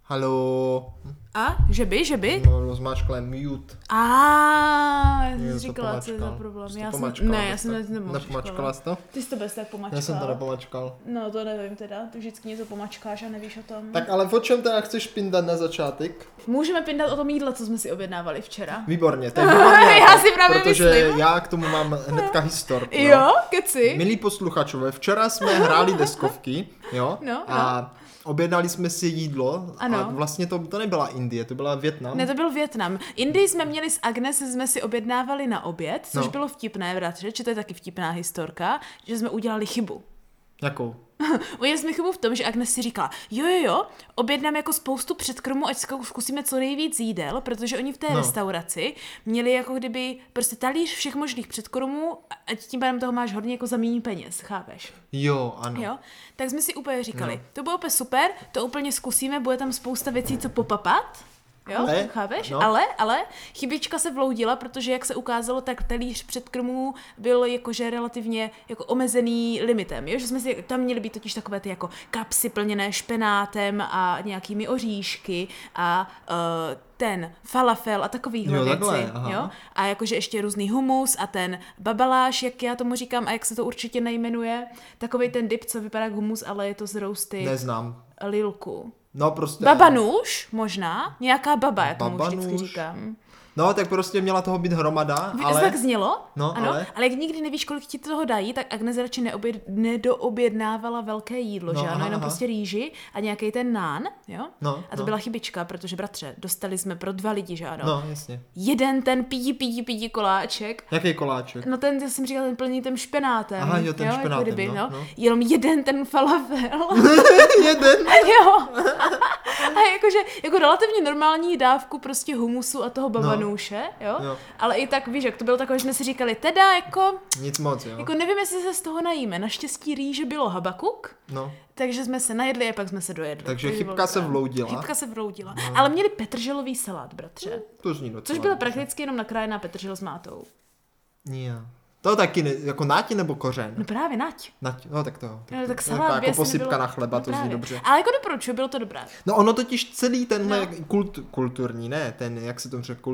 Halo. A? Že by? No, rozmáčkla mute. Já jsi říkala, co je za problém. Já jsem nepomačkala jsi to? Ty jsi to bez tak pomačkal. Já jsem to nepomačkal. No to nevím teda, ty vždycky něco pomačkáš a nevíš o tom. Tak ale o čem teda chceš pindat na začátek? Můžeme pindat o tom jídle, co jsme si objednávali včera. Výborně, to je výborně. Já si právě protože myslím. já k tomu mám hnedka historku. Jo, keci. Milí posluchačové, včera jsme hráli deskovky, jo? A objednali jsme si jídlo. Ano. A vlastně to nebyla Indie, to byla Vietnam. Ne, to byl Vietnam. Indii jsme měli s Agnes, jsme si objednávali na oběd, což bylo vtipné, bratře, že to je taky vtipná historka, že jsme udělali chybu. Jakou? Udělali jsme chybu v tom, že Agnes si říkala, jo, objednám jako spoustu předkrmů, ať zkusíme co nejvíc jídel, protože oni v té restauraci měli jako kdyby prostě talíř všech možných předkrmů a tím pádem toho máš hodně jako za méně peněz, chápeš? Jo, ano. Jo? Tak jsme si úplně říkali, to bylo úplně super, to úplně zkusíme, bude tam spousta věcí, co popapat. Jo, chápeš? No. Ale chybička se vloudila, protože jak se ukázalo, tak talíř předkrmů byl jakože relativně jako omezený limitem, jo? Že jsme si tam měli být totiž takové ty jako kapsy plněné špenátem a nějakými oříšky a ten falafel a takovýhle věci, jo? A jakože ještě různý humus a ten babaláš, jak já tomu říkám a jak se to určitě nejmenuje, takovej ten dip, co vypadá jak humus, ale je to z roasty. Neznám. Lilku. No prostě. Babanůž možná, nějaká baba, já tomu Babanůž. vždycky říkám. No, tak prostě měla toho být hromada, ale... Tak znělo, no, ano, ale jak nikdy nevíš, kolik ti toho dají, tak Agnes radši nedoobjednávala velké jídlo, že ano, jenom prostě rýži a nějaký ten nán, jo? A to byla chybička, protože bratře, dostali jsme pro 2 lidi, že ano? No, jasně. Jeden ten pídi koláček. Jaký koláček? No ten, já jsem říkala, ten plný tím špenátem. Aha, jo, ten špenátem, jako kdyby, no. Jenom jeden ten falafel. Jeden? Jo. A jakože, jako relativně normální dávku prostě humusu a toho babanůše, jo? Ale i tak, víš, jak to bylo takové, že jsme si říkali, teda jako... Nic moc, jo. Jako nevím, jestli se z toho najíme. Naštěstí rýže bylo habakuk, takže jsme se najedli a pak jsme se dojedli. Takže chybka se vloudila. Chybka se vloudila. Ale měli petrželový salát, bratře. To zní docela. Což byla prakticky jenom nakrájená petržel s mátou. Yeah. To taky, jako nať nebo kořen? No právě nať. No tak to. Tak salát jako posypka na chleba, to zní dobře. Ale jako doporučuji, bylo to dobré. No ono totiž celý tenhle kulturní, ne, ten, jak se to řekne,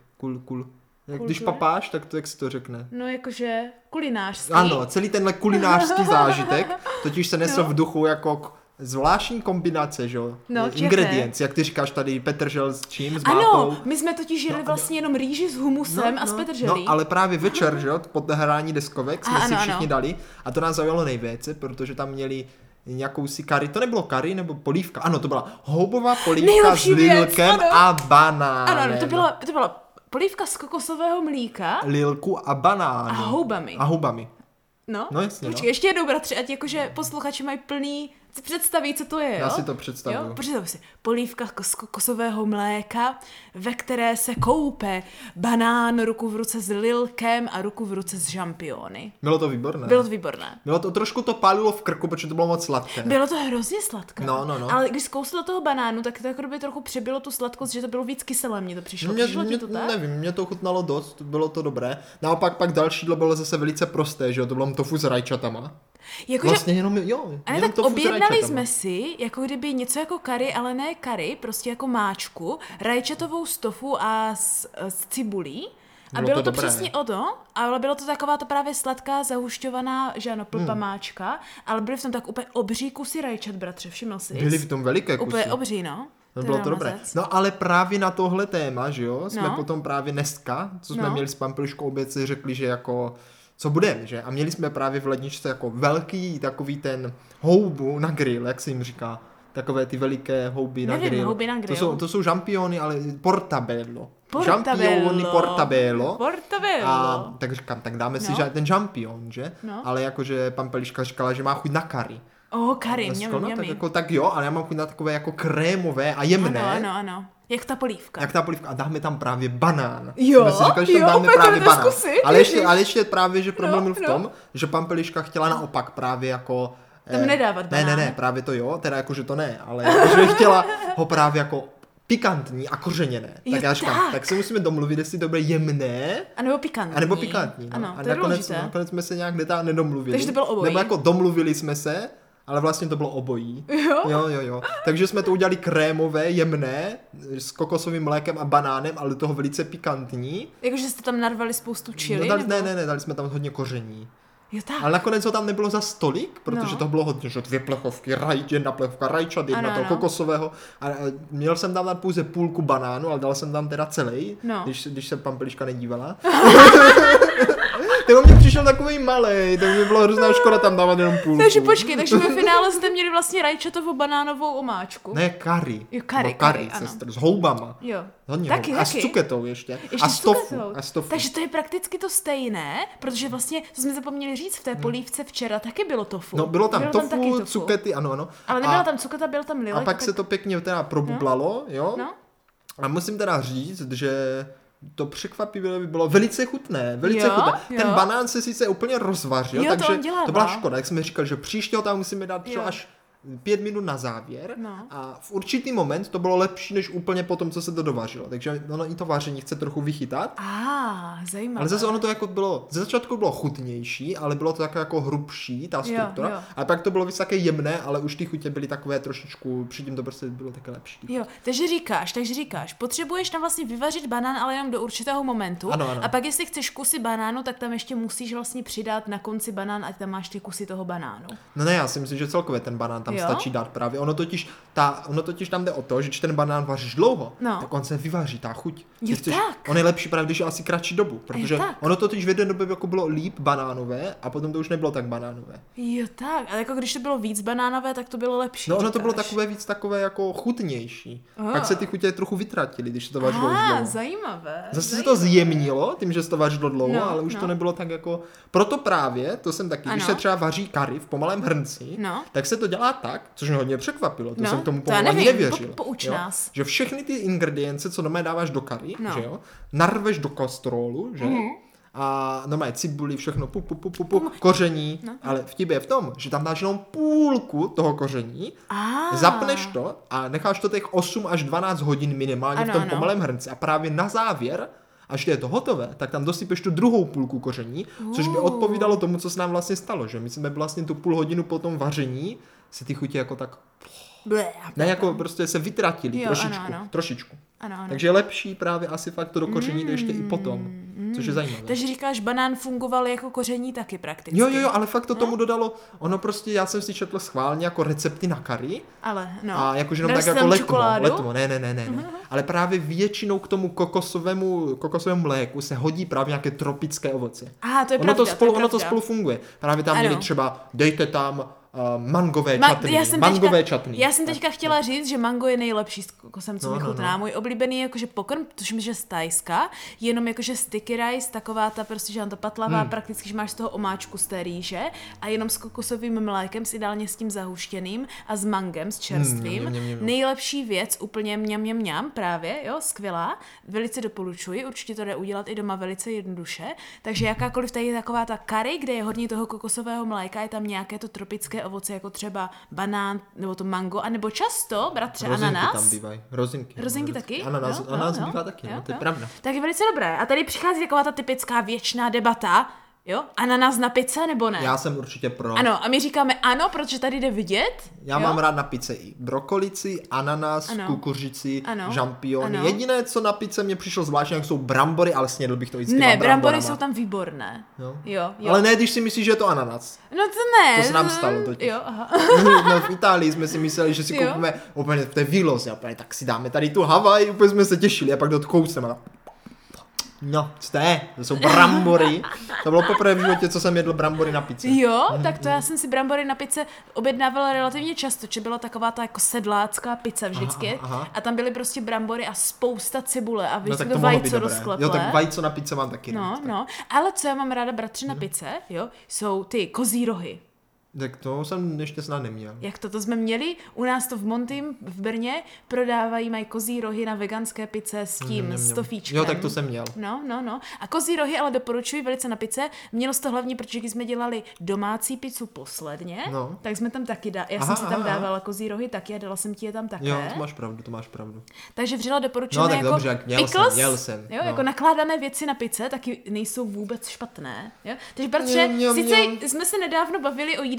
když papáš, tak to jak se to řekne? No jakože kulinářský. Ano, celý tenhle kulinářský zážitek, totiž se nesl v duchu jako zvláštní kombinace, že jo? Ingredients, jak ty říkáš tady, petržel s čím, s mátou. Ano, my jsme totiž jeli vlastně jenom rýži s humusem a s petrželí. No, ale právě večer, že jo, pod hrání deskovek jsme si všichni dali a to nás zaujalo nejvíce, protože tam měli nějakou si curry, to nebylo curry nebo polívka, ano, to byla houbová polívka s lilkem a banánem. Ano, to byla polívka z kokosového mlíka. Lilku a banánu. A houbami. No jasně, Počkej, ještě jednou, bratři, ať jakože posluchači mají plný představí, co to je, jo? Já si to představuju. Představuji si, polívka z kokosového mléka, ve které se koupe banán ruku v ruce s lilkem a ruku v ruce s žampiony. Bylo to výborné. Bylo to, trošku to pálilo v krku, protože to bylo moc sladké. Bylo to hrozně sladké. No. Ale když zkousl do toho banánu, tak to jako by trochu přebylo tu sladkost, že to bylo víc kyselé, mně to přišlo. Přišlo ti to tak? Nevím, mě to chutnalo dost, bylo to dobré. Naopak pak další jídlo bylo zase velice prosté, že jo, to bylo tofu s rajčatama. Vlastně jenom tak objednali jsme si jako kdyby něco jako curry, ale ne curry, prostě jako máčku, rajčatovou stofu a s cibulí. A bylo to přesně o to, ale bylo to taková to právě sladká, zahušťovaná, že ano, plpa máčka, ale byly v tom tak úplně obří kusy rajčat, bratře, všiml jsi? Byly v tom veliké kusy. Úplně obří, no. To bylo to dobré. No ale právě na tohle téma, že jo, jsme potom právě dneska, co jsme měli s Pampeliškou oběd, si řekli, že jako co budeme, že? A měli jsme právě v ledničce jako velký takový ten houbu na grill, jak se jim říká. Takové ty veliké houby na grill. Houby na grill. To jsou žampiony, ale portabello. Žampiony portabello. A tak říkám, tak dáme si ten žampion, že? No. Ale jakože Pampeliška říkala, že má chuť na curry. Curry, tak jo, ale já mám chuť na takové jako krémové a jemné. Ano. Jak ta polívka. A dáme tam právě banán. Jo, jsme si říkali, že tam dáme právě banán. Ale ještě právě, že problém byl v tom, že Pampeliška chtěla naopak právě jako... Tam nedávat banán. Ne, právě to jo, teda jakože to ne, ale jakože chtěla ho právě jako pikantní a kořeněné. Tak já říkám, tak se musíme domluvit, jestli to bude jemné. A nebo pikantní. No. Ano, a to je nakonec jsme se nějak nedomluvili. Takže to bylo obojí. Nebo jako domluvili jsme se, ale vlastně to bylo obojí. Jo. Takže jsme to udělali krémové, jemné, s kokosovým mlékem a banánem, ale do toho velice pikantní. Jakože jste tam narvali spoustu chili? Ne, dali jsme tam hodně koření. Jo, tak. Ale nakonec ho tam nebylo za stolik, protože to bylo hodně, že 2 plechovky, jedna plechovka rajčat, jedna toho kokosového. A měl jsem tam pouze půlku banánu, ale dal jsem tam teda celý, když se Pampeliška nedívala. Ten mě přišel takový malej, tak mi bylo hrozná škoda tam dávat jenom půlku. Takže počkej, takže ve finále jste měli vlastně rajčatovou-banánovou omáčku. Ne, curry. Jo, curry, sestr, s houbama. Jo. Hodně taky. A s cuketou ještě. A s tofu. Takže to je prakticky to stejné, protože vlastně, to jsme zapomněli říct, v té polívce včera taky bylo tofu. No, bylo tam tofu, cukety, ano. Ale nebyla tam cuketa, byl tam lilek. A pak se to pěkně teda probublalo, jo. No. A musím teda říct, že to překvapivé by bylo velice chutné. Ten banán se sice úplně rozvařil, takže to byla škoda. Jak jsme říkali, že příště ho tam musíme dát až 5 minut na závěr a v určitý moment to bylo lepší, než úplně po tom, co se to dovařilo. Takže ono i to vaření chce trochu vychytat. Zajímavé. Ale zase ono to jako bylo, ze začátku bylo chutnější, ale bylo to takové jako hrubší, ta struktura. Jo. A pak to bylo vysoké jemné, ale už ty chutě byly takové trošičku, předtím to prostě bylo také lepší. Jo, takže říkáš, potřebuješ tam vlastně vyvařit banán, ale jenom do určitého momentu. Ano. A pak jestli chceš kusy banánu, tak tam ještě musíš vlastně přidat na konci banán, ať tam máš ty kusy toho banánu. No ne, já si myslím, že celkově ten banán tam stačí dát právě. Ono totiž tam jde o to, že když ten banán vaříš dlouho, tak on se vyvaří, ta chuť. On je lepší právě, když je asi kratší dobu, protože ono totiž v jedné době jako bylo líp banánové a potom to už nebylo tak banánové. Jo tak, ale jako když to bylo víc banánové, tak to bylo lepší. No ono to bylo takové jako chutnější. Pak se ty chutě trochu vytratily, když se to vařilo už dlouho. Zajímavé. Zase se to zjemnilo tím, že se to vařilo dlouho, ale už to nebylo tak jako. Proto právě, to jsem taky, když se třeba vaří curry v pomalém hrnci, tak se to dělá tak, což mě hodně překvapilo, to jsem tomu pomalu ani nevěřil. Pouč nás. Že všechny ty ingredience, co doma dáváš do curry, že jo, narveš do kastrolu, že? A normálně cibuli, všechno, koření, ale vtip je v tom, že tam dáš jenom půlku toho koření, zapneš to a necháš to těch 8 až 12 hodin minimálně v tom pomalém hrnci a právě na závěr, až je to hotové, tak tam dosypeš tu druhou půlku koření, což by odpovídalo tomu, co se nám vlastně stalo, že my jsme vlastně tu půl hodinu po tom vaření se ty chutě jako tak ne, jako prostě se vytratili trošičku. Ano. Takže je lepší právě asi fakt to dokořenit ještě i potom, což je zajímavé. Takže říkáš, banán fungoval jako koření taky prakticky. Jo, ale fakt to tomu dodalo, ono prostě, já jsem si četl schválně jako recepty na curry. Ale, a jakože jenom tak jako letmo, ne. Ale právě většinou k tomu kokosovému mléku se hodí právě nějaké tropické ovoce. To je pravda. Ono to spolu funguje. Právě tam měli třeba, dejte tam mangové čatny. Já jsem teďka chtěla říct, že mango je nejlepší s kokosem, co mi chutná. Můj oblíbený je jakože pokrm, tuším, že z Thajska, jenom jakože sticky rice, taková ta prostě, že to patlavá, prakticky, že máš z toho omáčku z té rýže a jenom s kokosovým mlékem, s ideálně s tím zahuštěným a s mangem, s čerstvým. Nejlepší věc, úplně mňam právě, jo, skvělá. Velice doporučuji, určitě to jde udělat i doma velice jednoduše. Takže jakákoliv tady je taková ta curry, kde je hodně toho kokosového mléka, je tam nějaké to tropické ovoce, jako třeba banán, nebo to mango, anebo často, bratře, rozinky ananas. Tam bývají. Rozinky taky? Ananas bývá taky, to je pravda. Tak je velice dobré. A tady přichází taková ta typická věčná debata, jo? Ananas na pice nebo ne? Já jsem určitě pro. Ano, a my říkáme ano, protože tady jde vidět. Já mám rád na pice i brokolici, ananas, kukuřici, žampiony. Jediné, co na pice mě přišlo zvláštně, jsou brambory, ale snědl bych to i s těma bramborama. Ne, brambory jsou tam výborné. Jo. Ale ne, když si myslíš, že je to ananas. No to ne. To se nám stalo totiž. Jo, aha. No, v Itálii jsme si mysleli, že si koupíme úplně v té výloze, tak si dáme tady tu Havaj, úplně jsme se těšili a pak do kousneme. No, to jsou brambory. To bylo poprvé v životě, co jsem jedl brambory na pice. Jo, tak to já jsem si brambory na pice objednávala relativně často, že byla taková ta jako sedlácká pizza vždycky. Aha. A tam byly prostě brambory a spousta cibule a vždycky to vajco rozkleplé. Jo, tak vajco na pice mám taky rád. No, ale co já mám ráda, bratře, na pice, jo, jsou ty kozí rohy. Tak to jsem ještě snad neměl. Jak to jsme měli? U nás to v Montym v Brně mají kozí rohy na veganské pice s tím, s tofíčkem. Jo, tak to jsem měl. No. A kozí rohy ale doporučuji velice na pice. Mělo to hlavně, protože když jsme dělali domácí pizzu posledně, tak jsme tam taky jsem si tam dávala kozí rohy taky a dala jsem ti je tam také. Jo, to máš pravdu. Takže vřela doporučujeme tak jako dobře, měl jsem. Jo, jako nakládané věci na pice taky nejsou vůbec špatné. Jo? Takže protože sice jsme se nedávno bavili o jídelníčku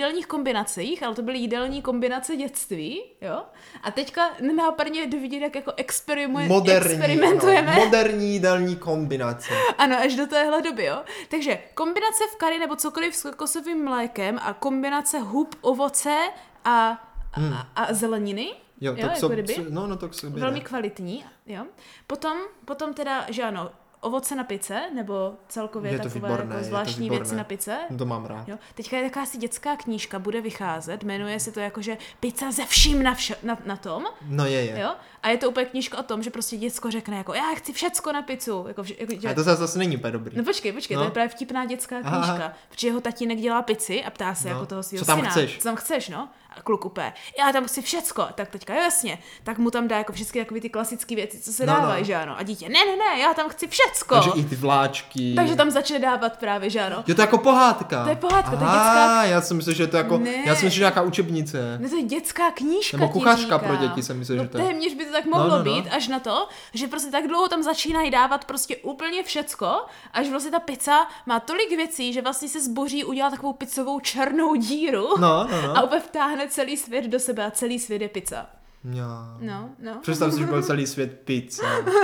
jídelních kombinacích, ale to byly jídelní kombinace dětství, jo? A teďka nenápadně jdu vidět, jak jako experimentujeme. Moderní jídelní kombinace. Ano, až do téhle doby, jo? Takže kombinace v kari nebo cokoliv s kokosovým mlékem a kombinace hub, ovoce a zeleniny. Jo, to jako kdyby. To k sobě velmi kvalitní, jo. Potom teda, že ano, ovoce na pice, nebo celkově takové výborné, jako zvláštní věci na pice. To mám rád. Jo. Teďka je taková si dětská knížka, bude vycházet, jmenuje se to jako, že pizza ze vším na tom. No je. Jo? A je to úplně knížka o tom, že prostě děcko řekne jako, já chci všecko na pizzu. A to zase není úplně dobrý. No počkej, to je právě vtipná dětská knížka, protože jeho tatínek dělá pizzy a ptá se jako toho svého syna. Co tam chceš, no? A kluk úplně, já tam chci všecko. Tak teďka, jo, jasně. Tak mu tam dá jako všechny takový ty klasické věci, co se dávají, že ano. A dítě, ne, já tam chci všecko. Takže i ty vláčky. Takže tam začne dávat právě, že ano. Jo, to je jako pohádka. To je pohádka, to je dětská. Já jsem myslel, že je to jako, já jsem myslel, že nějaká učebnice. Ne, to je dětská knížka. Nebo kuchařka pro děti jsem myslel, že to je. Téměř by to tak mohlo být, až na to, že prostě tak dlouho tam začínají dávat prostě úplně všecko, až vlastně ta pizza má tolik věcí, že vlastně se zboří udělá takovou pizzovou černou díru a úplně vtáhne celý svět do sebe a celý svět je pizza. No. Představ si, že byl celý svět pizza.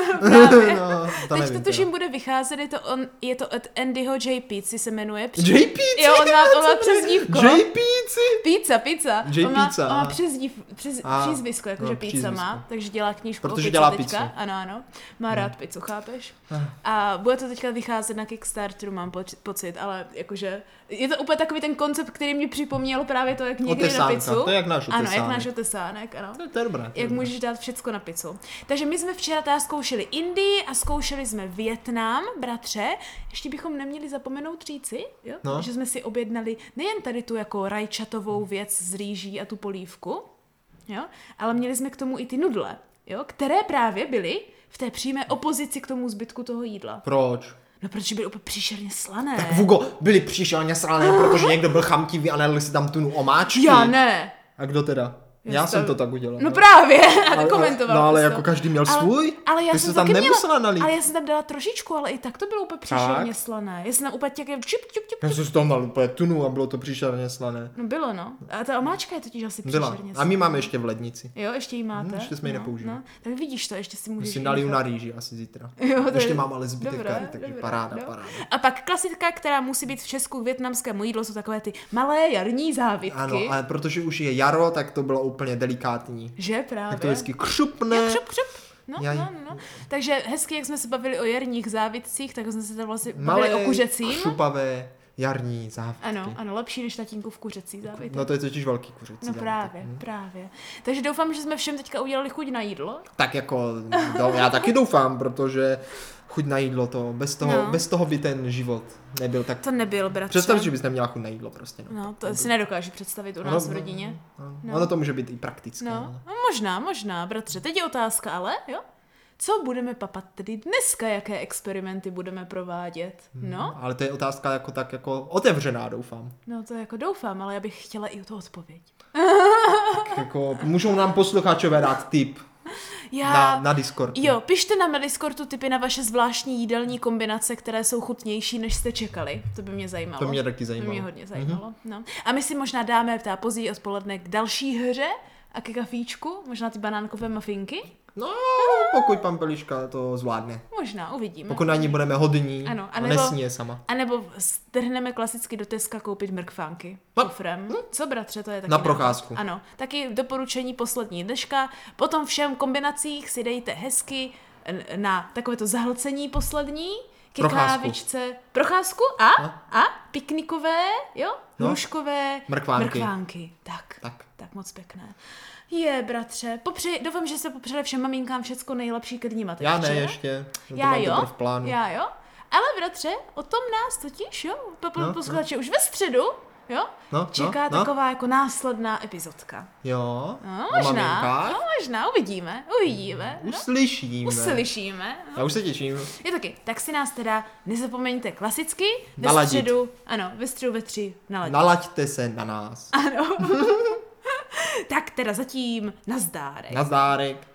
Teď to tuším bude vycházet, je to od Andyho J. Pizzy se jmenuje. J. Pizzy? Jo, on má přezdívko. J. Pizzy? Pizza. J. On Pizza. má přízvisko, jakože pizza má, takže dělá knížku protože o dělá teďka. pizzu. Ano. Má rád pizzu, chápeš? A bude to teďka vycházet na Kickstarteru, mám pocit, ale jakože je to úplně takový ten koncept, který mě připomněl právě to, jak někdy na pizzu. To je jak náš otesánek. Ano, jak náš otesánek, ano. To je dobré. Jak můžeš dát všecko na pizzu. Takže my jsme včera teda zkoušeli Indii a zkoušeli jsme Vietnam, bratře. Ještě bychom neměli zapomenout říci, jo? Že jsme si objednali nejen tady tu jako rajčatovou věc z rýží a tu polívku, jo? Ale měli jsme k tomu i ty nudle, jo? Které právě byly v té přímé opozici k tomu zbytku toho jídla. Proč? No, protože byly úplně příšerně slané. Tak Hugo, byly příšerně slané, protože někdo byl chamtivý a nedali si tam tunu omáčky. Já ne. A kdo teda? Já jsem to tak udělal. No právě, a komentoval. No ale jako každý měl svůj. Ale já ty jsem tam nemusela nalít. Ale já jsem tam dala trošičku, ale i tak to bylo úplně příšerně slané. Já jsem tam úplně čip. Já jsem tam dal úplně tunu a bylo to příšerně slané. No bylo, no. A ta omáčka je totiž asi příšerně slané. A my máme ještě v lednici. Jo, ještě ji máte. Ještě jsme ji nepoužili. No. Tak vidíš to, ještě si můžeš. Si naliju na rýži asi zítra. Jo, ještě mám ale zbytek kary, takže paráda. A pak klasika, která musí být v Česku k vietnamskému jídlu, jsou takové ty malé jarní závitky. Ano, ale protože už je jaro, tak to bylo úplně delikátní. Že právě. Tak to vždycky křupne. Křup. No. Takže hezky, jak jsme se bavili o jarních závitcích, tak jsme se tam vlastně bavili o kuřecím. Křupavé jarní závitky. Ano, lepší než tatínkův kuřecí závitek. No to je totiž velký kuřecí závitek. No právě. Takže doufám, že jsme všem teďka udělali chuť na jídlo. Tak jako, já taky doufám, protože chuť na jídlo, to bez toho by ten život nebyl tak. To nebyl, bratře. Představ, že bys neměla chuť na jídlo prostě. No, to si nedokážu představit u nás v rodině. Ono to může být i praktické. No, možná, bratře. Teď je otázka, ale jo? Co budeme papat tedy dneska, jaké experimenty budeme provádět? No? Ale to je otázka jako otevřená, doufám. No to jako doufám, ale já bych chtěla i o to odpověď. Tak jako můžou nám posluchačové dát tip. Na Discord. Jo, pište nám na Discordu tipy na vaše zvláštní jídelní kombinace, které jsou chutnější, než jste čekali. To by mě zajímalo. To mě taky zajímalo. To mě hodně zajímalo. No. A my si možná dáme později odpoledne k další hře a ke kafíčku, možná ty banánkové mafinky. No, pokud pan Peliška to zvládne. Možná, uvidíme. Pokud na ní budeme hodní a nesní je sama. A nebo strhneme klasicky do Teska koupit mrkvánky. Kufrem. Co, bratře, to je taky na procházku. Ano, taky doporučení poslední dneška. Potom všem kombinacích si dejte hezky na takovéto zahlcení poslední. Ke kávičce. Procházku a piknikové, jo? Hruškové mrkvánky. Tak moc pěkné. Bratře, doufám, že jste popřeli všem maminkám všecko nejlepší ke dním. Já ne ještě, já jo, ale bratře, o tom nás totiž, jo, posluchače už ve středu, jo, čeká taková jako následná epizodka. Jo, možná, uvidíme. Uslyšíme. Já už se těším. Je taky, tak si nás teda nezapomeňte klasicky, ve středu ve 3 naladit. Nalaďte se na nás. Ano. Tak teda zatím nazdárek. Nazdárek.